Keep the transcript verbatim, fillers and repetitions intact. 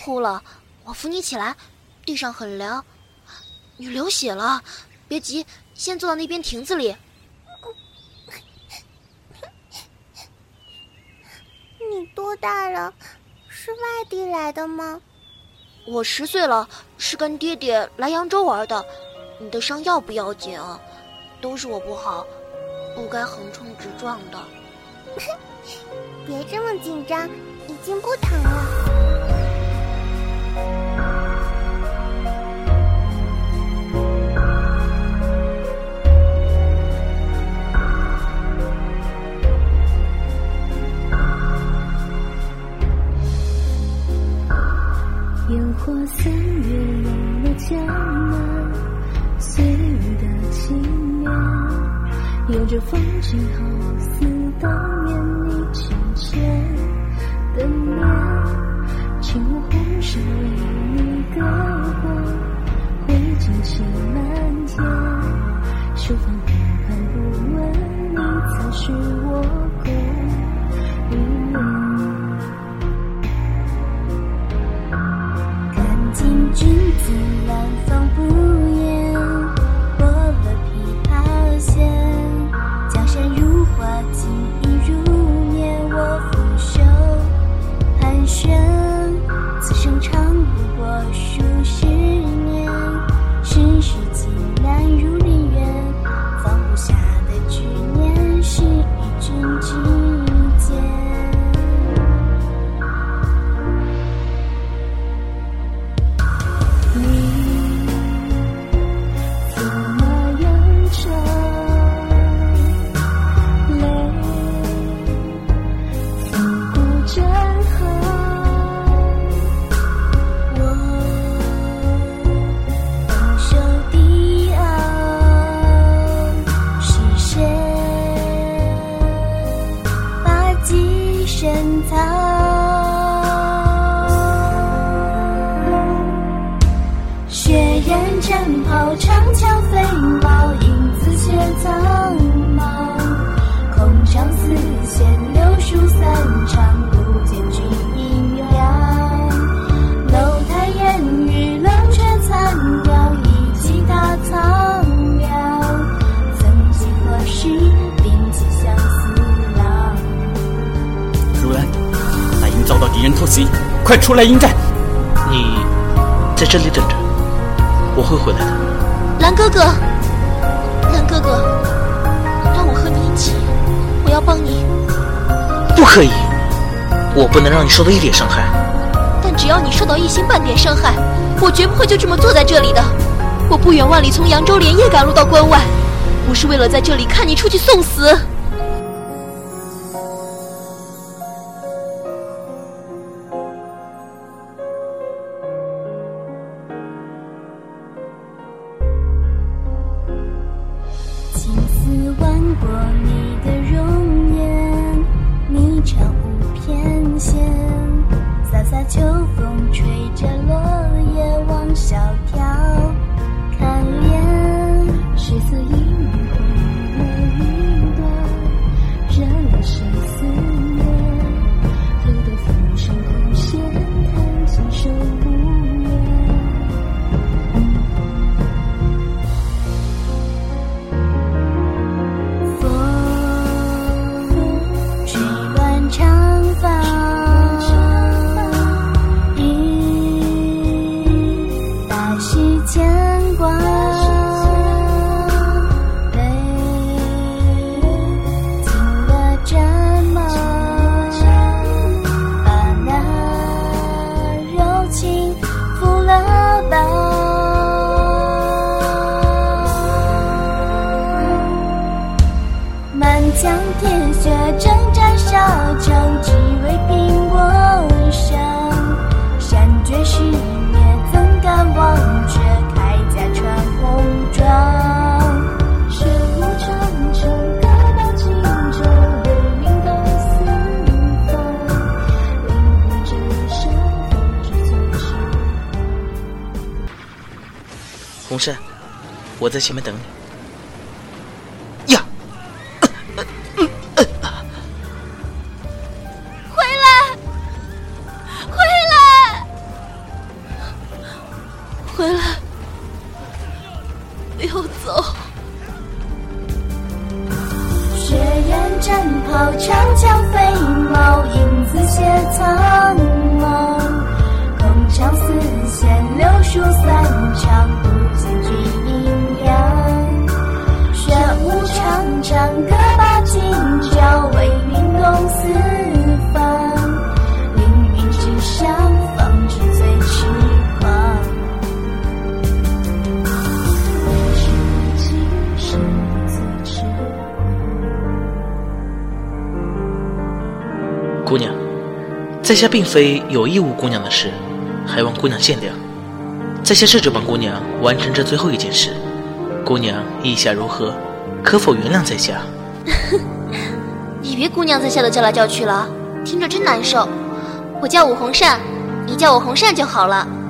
哭了，我扶你起来，地上很凉。你流血了，别急，先坐到那边亭子里。 你多大了？是外地来的吗？ 我十岁了，是跟爹爹来扬州玩的。你的伤要不要紧啊？都是我不好，不该横冲直撞的。 别这么紧张，已经不疼了。 烟火三月笼了江南，岁月的轻绵，有着风景好似当年你亲切的脸，轻舞红纱为你歌过，灰烬气漫天，手放平凡不问你曾是我共一念。 君子难放不言，过了琵琶弦，江山如画，情意如面，我俯首盘旋。此生长不过数十年，世事竟难如离缘，放不下的执念是一针之间。 血染战袍，长枪飞毛，影子却苍茫。空长丝线，柳树三长，不见君阴阳。楼台烟雨，冷却残凉，一骑踏苍凉。曾几何时，并肩相思郎。 如兰，那营遭到敌人偷袭，快出来迎战！ 你在这里等着，我会回来的。 蓝哥哥，蓝哥哥，让我和你一起，我要帮你。 不可以，我不能让你受到一点伤害。 但只要你受到一星半点伤害，我绝不会就这么坐在这里的。我不远万里从扬州连夜赶路到关外，不是为了在这里看你出去送死。 万过你的容颜，你长舞翩跹，飒飒秋风吹着落叶望萧条，看脸水色旖旎，红了云端，染了生思念，何得浮生空闲，叹情手无缘。将铁血征战沙场，只为平我生。山绝世灭，怎敢忘却铠甲穿红装？血雾长城，各报荆州，流云到四方。凌云之上，风之最上。 红山，我在前面等你。 走。 血焰战袍，长枪飞毛，影子斜苍茫。空场丝线，流疏散场，不见军阴阳。玄武长长，戈拔今朝，为运动四方。凌云之上，方知最痴狂。 是今生最痴姑娘，在下并非有意误姑娘的事，还望姑娘见谅。在下是这帮姑娘完成这最后一件事，姑娘意下如何？可否原谅在下？ 你别姑娘在下的叫来叫去了，听着真难受。我叫武红善，你叫我红善就好了。